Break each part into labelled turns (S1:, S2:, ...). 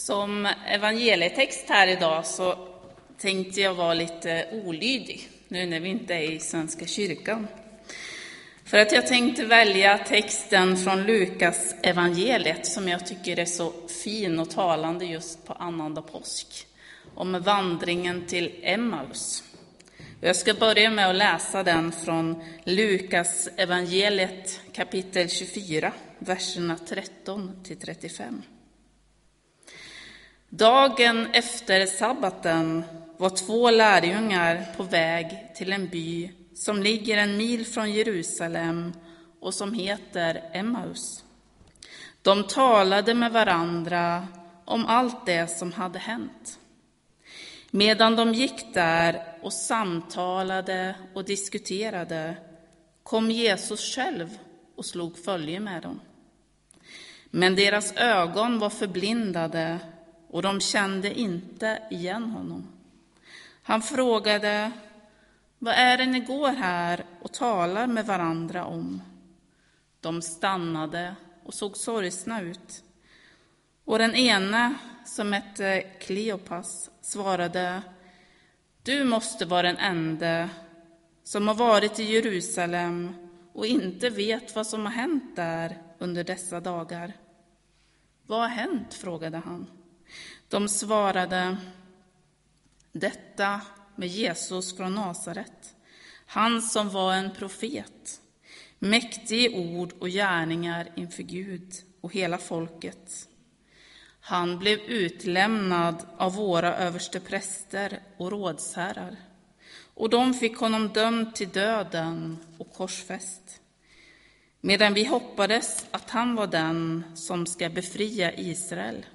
S1: Som evangelietext här idag så tänkte jag vara lite olydig nu när vi inte är i Svenska kyrkan. För att jag tänkte välja texten från Lukas evangeliet som jag tycker är så fin och talande just på annandag påsk. Om vandringen till Emmaus. Jag ska börja med att läsa den från Lukas evangeliet kapitel 24, verserna 13-35. Dagen efter sabbaten var 2 lärjungar på väg till en by som ligger 1 mil från Jerusalem och som heter Emmaus. De talade med varandra om allt det som hade hänt. Medan de gick där och samtalade och diskuterade kom Jesus själv och slog följe med dem. Men deras ögon var förblindade och de kände inte igen honom. Han frågade: vad är det ni går här och talar med varandra om? De stannade och såg sorgsna ut. Och den ene, som hette Kleopas, svarade: du måste vara den enda som har varit i Jerusalem och inte vet vad som har hänt där under dessa dagar. Vad har hänt? Frågade han. De svarade: detta med Jesus från Nasaret, han som var en profet, mäktig i ord och gärningar inför Gud och hela folket. Han blev utlämnad av våra överstepräster och rådsherrar, och de fick honom dömd till döden och korsfäst, medan vi hoppades att han var den som ska befria Israel.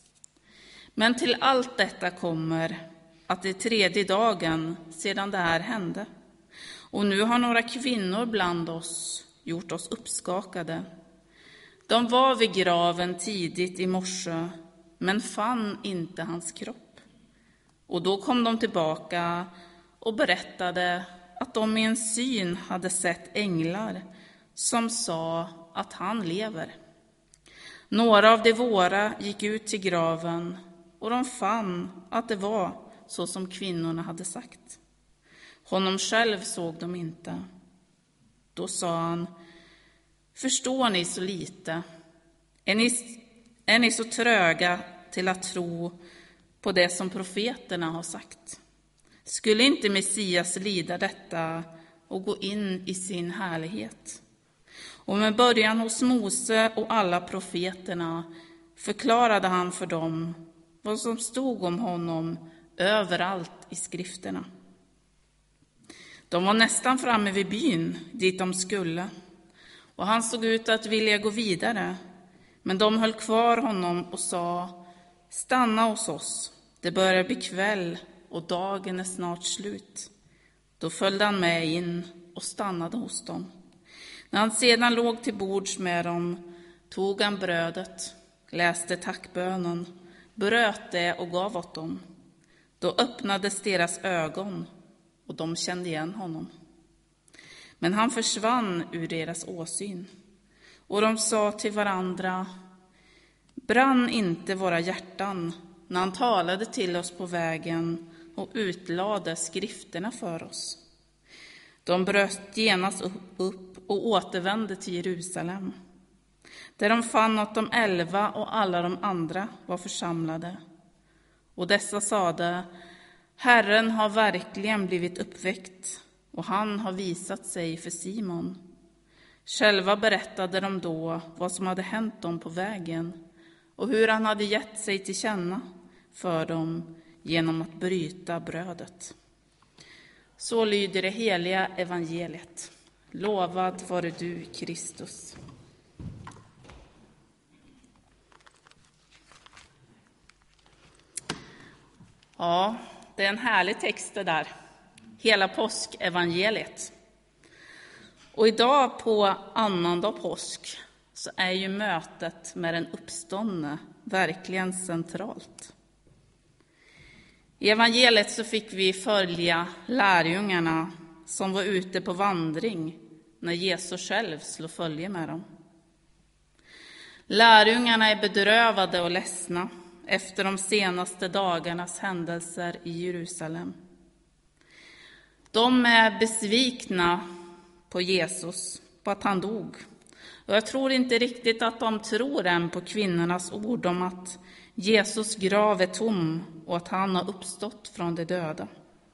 S1: Men till allt detta kommer att det är 3:e dagen sedan det här hände, och nu har några kvinnor bland oss gjort oss uppskakade. De var vid graven tidigt i morse, men fann inte hans kropp. Och då kom de tillbaka och berättade att de i en syn hade sett änglar som sa att han lever. Några av de våra gick ut till graven, och de fann att det var så som kvinnorna hade sagt. Honom själv såg de inte. Då sa han: förstår ni så lite? Är ni så tröga till att tro på det som profeterna har sagt? Skulle inte Messias lida detta och gå in i sin härlighet? Och med början hos Mose och alla profeterna förklarade han för dem vad som stod om honom överallt i skrifterna. De var nästan framme vid byn dit de skulle, och han såg ut att vilja gå vidare, men de höll kvar honom och sa: stanna hos oss, det börjar bli kväll och dagen är snart slut. Då följde han med in och stannade hos dem. När han sedan låg till bords med dem tog han brödet, läste tackbönen, bröt det och gav åt dem. Då öppnades deras ögon och de kände igen honom. Men han försvann ur deras åsyn, och de sa till varandra: brann inte våra hjärtan när han talade till oss på vägen och utlade skrifterna för oss? De bröt genast upp och återvände till Jerusalem, där de fann att de 11 och alla de andra var församlade. Och dessa sade: Herren har verkligen blivit uppväckt, och han har visat sig för Simon. Själva berättade de då vad som hade hänt dem på vägen och hur han hade gett sig till känna för dem genom att bryta brödet. Så lyder det heliga evangeliet. Lovad vare du, Kristus. Ja, det är en härlig text det där. Hela påskevangeliet. Och idag på annandag påsk så är ju mötet med den uppståndne verkligen centralt. I evangeliet så fick vi följa lärjungarna som var ute på vandring när Jesus själv slog följe med dem. Lärjungarna är bedrövade och ledsna efter de senaste dagarnas händelser i Jerusalem. De är besvikna på Jesus, på att han dog. Och jag tror inte riktigt att de tror än på kvinnornas ord om att Jesus grav är tom och att han har uppstått från de döda.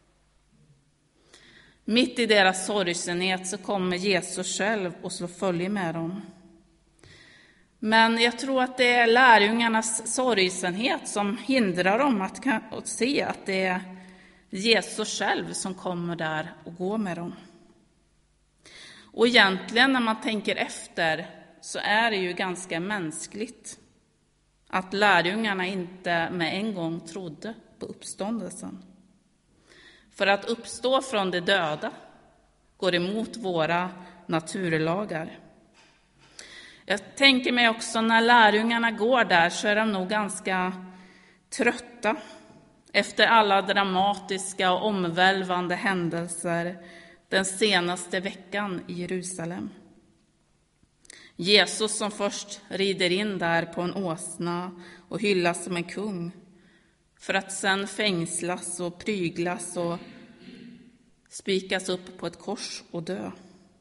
S1: Mitt i deras sorgsenhet så kommer Jesus själv och slår följe med dem. Men jag tror att det är lärjungarnas sorgsenhet som hindrar dem att se att det är Jesus själv som kommer där och går med dem. Och egentligen när man tänker efter så är det ju ganska mänskligt att lärjungarna inte med en gång trodde på uppståndelsen. För att uppstå från de döda går emot våra naturlagar. Jag tänker mig också när lärjungarna går där så är de nog ganska trötta efter alla dramatiska och omvälvande händelser den senaste veckan i Jerusalem. Jesus som först rider in där på en åsna och hyllas som en kung, för att sen fängslas och pryglas och spikas upp på ett kors och dö.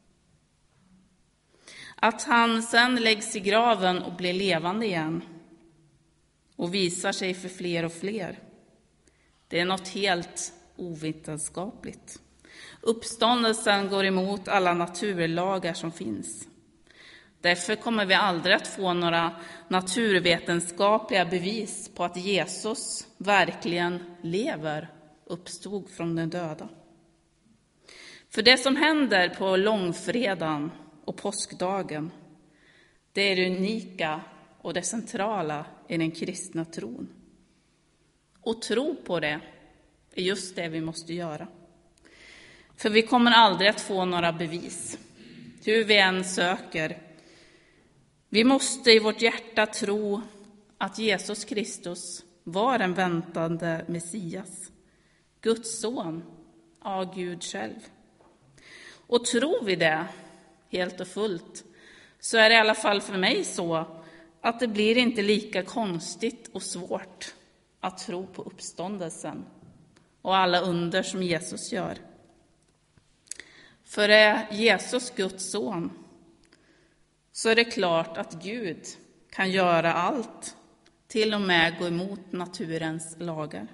S1: Att han sen läggs i graven och blir levande igen och visar sig för fler och fler. Det är något helt ovetenskapligt. Uppståndelsen går emot alla naturlagar som finns. Därför kommer vi aldrig att få några naturvetenskapliga bevis på att Jesus verkligen lever, uppstod från den döda. För det som händer på långfredagen och påskdagen, det är det unika och det centrala i den kristna tron. Och tro på det är just det vi måste göra. För vi kommer aldrig att få några bevis, hur vi än söker. Vi måste i vårt hjärta tro att Jesus Kristus var en väntande Messias, Guds son, av Gud själv. Och tror vi det helt och fullt så är det i alla fall för mig så att det blir inte lika konstigt och svårt att tro på uppståndelsen och alla under som Jesus gör. För är Jesus Guds son så är det klart att Gud kan göra allt, till och med gå emot naturens lagar.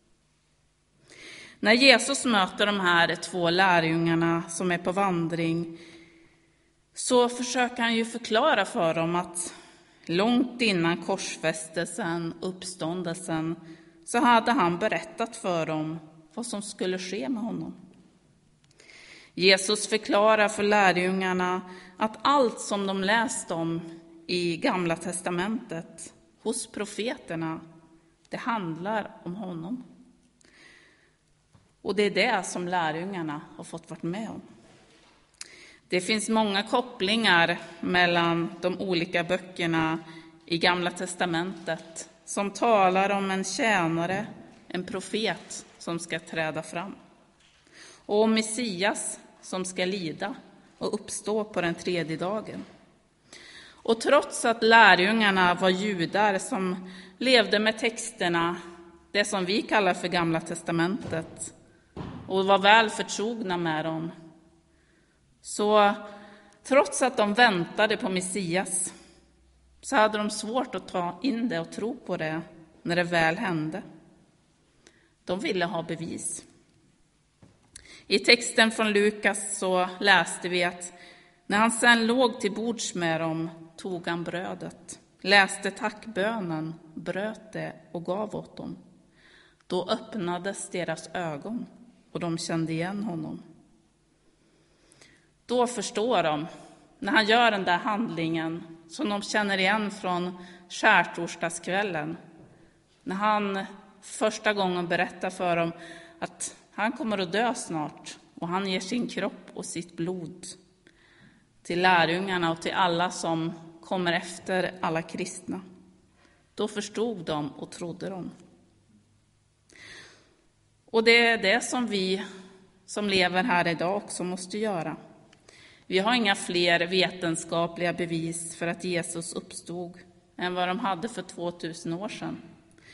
S1: När Jesus möter de här 2 lärjungarna som är på vandring så försöker han ju förklara för dem att långt innan korsfästelsen, uppståndelsen, så hade han berättat för dem vad som skulle ske med honom. Jesus förklarar för lärjungarna att allt som de läst om i Gamla testamentet hos profeterna, det handlar om honom. Och det är det som lärjungarna har fått vara med om. Det finns många kopplingar mellan de olika böckerna i Gamla testamentet som talar om en tjänare, en profet som ska träda fram. Och om Messias som ska lida och uppstå på den 3:e dagen. Och trots att lärjungarna var judar som levde med texterna, det som vi kallar för Gamla testamentet, och var väl förtrogna med dem, så trots att de väntade på Messias så hade de svårt att ta in det och tro på det när det väl hände. De ville ha bevis. I texten från Lukas så läste vi att när han sen låg till bords med dem tog han brödet, läste tackbönen, bröt det och gav åt dem. Då öppnades deras ögon och de kände igen honom. Då förstår de, när han gör den där handlingen som de känner igen från skärtorsdagskvällen, när han första gången berättar för dem att han kommer att dö snart och han ger sin kropp och sitt blod till lärjungarna och till alla som kommer efter alla kristna. Då förstod de och trodde de. Och det är det som vi som lever här idag också måste göra. Vi har inga fler vetenskapliga bevis för att Jesus uppstod än vad de hade för 2000 år sedan.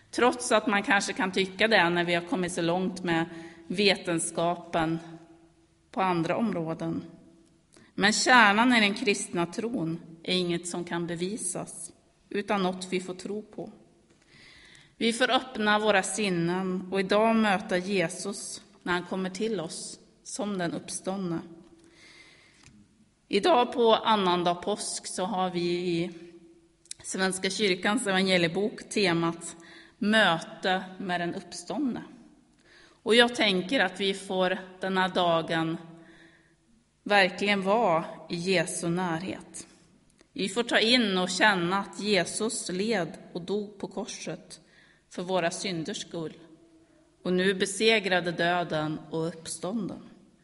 S1: Trots att man kanske kan tycka det när vi har kommit så långt med vetenskapen på andra områden. Men kärnan i den kristna tron är inget som kan bevisas, utan något vi får tro på. Vi får öppna våra sinnen och idag möta Jesus när han kommer till oss som den uppståndne. Idag på annandag påsk så har vi i Svenska kyrkans evangeliebok temat möte med den uppståndne. Och jag tänker att vi får den här dagen verkligen vara i Jesu närhet. Vi får ta in och känna att Jesus led och dog på korset för våra synders skull och nu besegrade döden och uppstånden.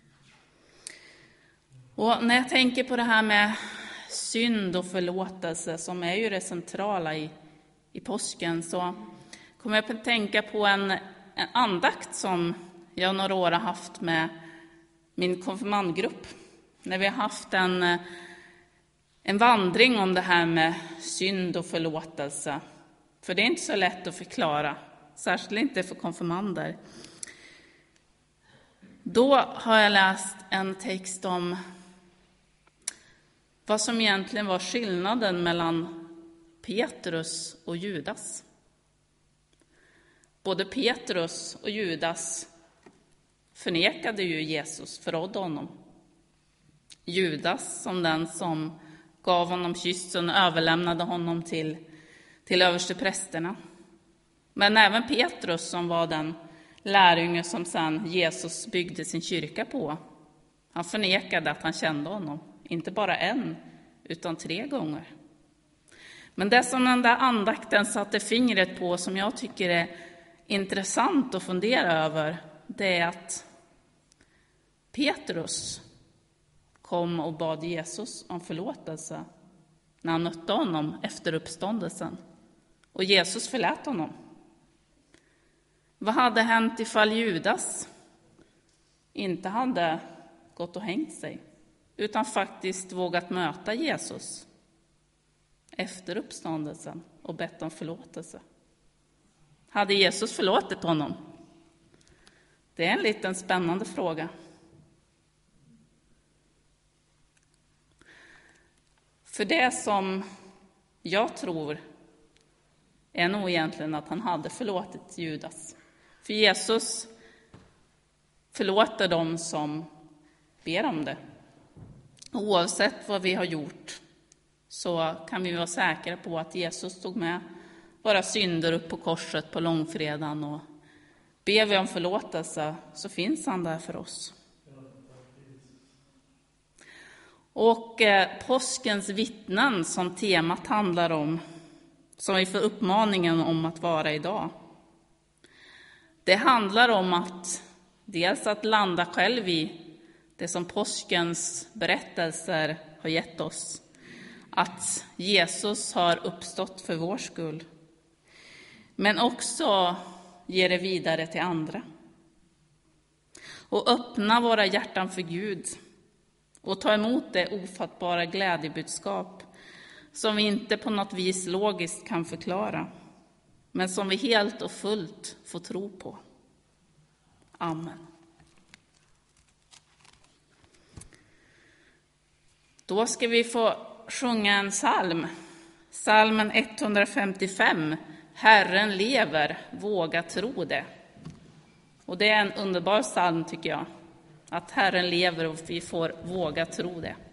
S1: Och när jag tänker på det här med synd och förlåtelse, som är ju det centrala i påsken, så kommer jag att tänka på en andakt som jag några år har haft med min konfirmandgrupp. När vi har haft en vandring om det här med synd och förlåtelse. För det är inte så lätt att förklara, särskilt inte för konfirmander. Då har jag läst en text om vad som egentligen var skillnaden mellan Petrus och Judas. Både Petrus och Judas förnekade ju Jesus, förrådde honom. Judas som den som gav honom kyssen och överlämnade honom till översteprästerna. Men även Petrus som var den lärjunge som sedan Jesus byggde sin kyrka på. Han förnekade att han kände honom. Inte bara en, utan 3 gånger. Men det som den där andakten satte fingret på, som jag tycker är intressant att fundera över, det är att Petrus kom och bad Jesus om förlåtelse när han mötte honom efter uppståndelsen. Och Jesus förlät honom. Vad hade hänt ifall Judas inte hade gått och hängt sig, utan faktiskt vågat möta Jesus efter uppståndelsen och bett om förlåtelse? Hade Jesus förlåtit honom? Det är en liten spännande fråga. För det som jag tror är nog egentligen att han hade förlåtit Judas. För Jesus förlåter dem som ber om det. Oavsett vad vi har gjort så kan vi vara säkra på att Jesus tog med våra synder upp på korset på långfredagen, och ber vi om förlåtelse så finns han där för oss. Och påskens vittnen som temat handlar om, som vi får uppmaningen om att vara idag. Det handlar om att dels att landa själv i det som påskens berättelser har gett oss. Att Jesus har uppstått för vår skull. Men också ge det vidare till andra. Och öppna våra hjärtan för Gud. Och ta emot det ofattbara glädjebudskap som vi inte på något vis logiskt kan förklara, men som vi helt och fullt får tro på. Amen. Då ska vi få sjunga en psalm. Psalmen 155. Herren lever, våga tro det. Och det är en underbar psalm tycker jag. Att Herren lever och vi får våga tro det.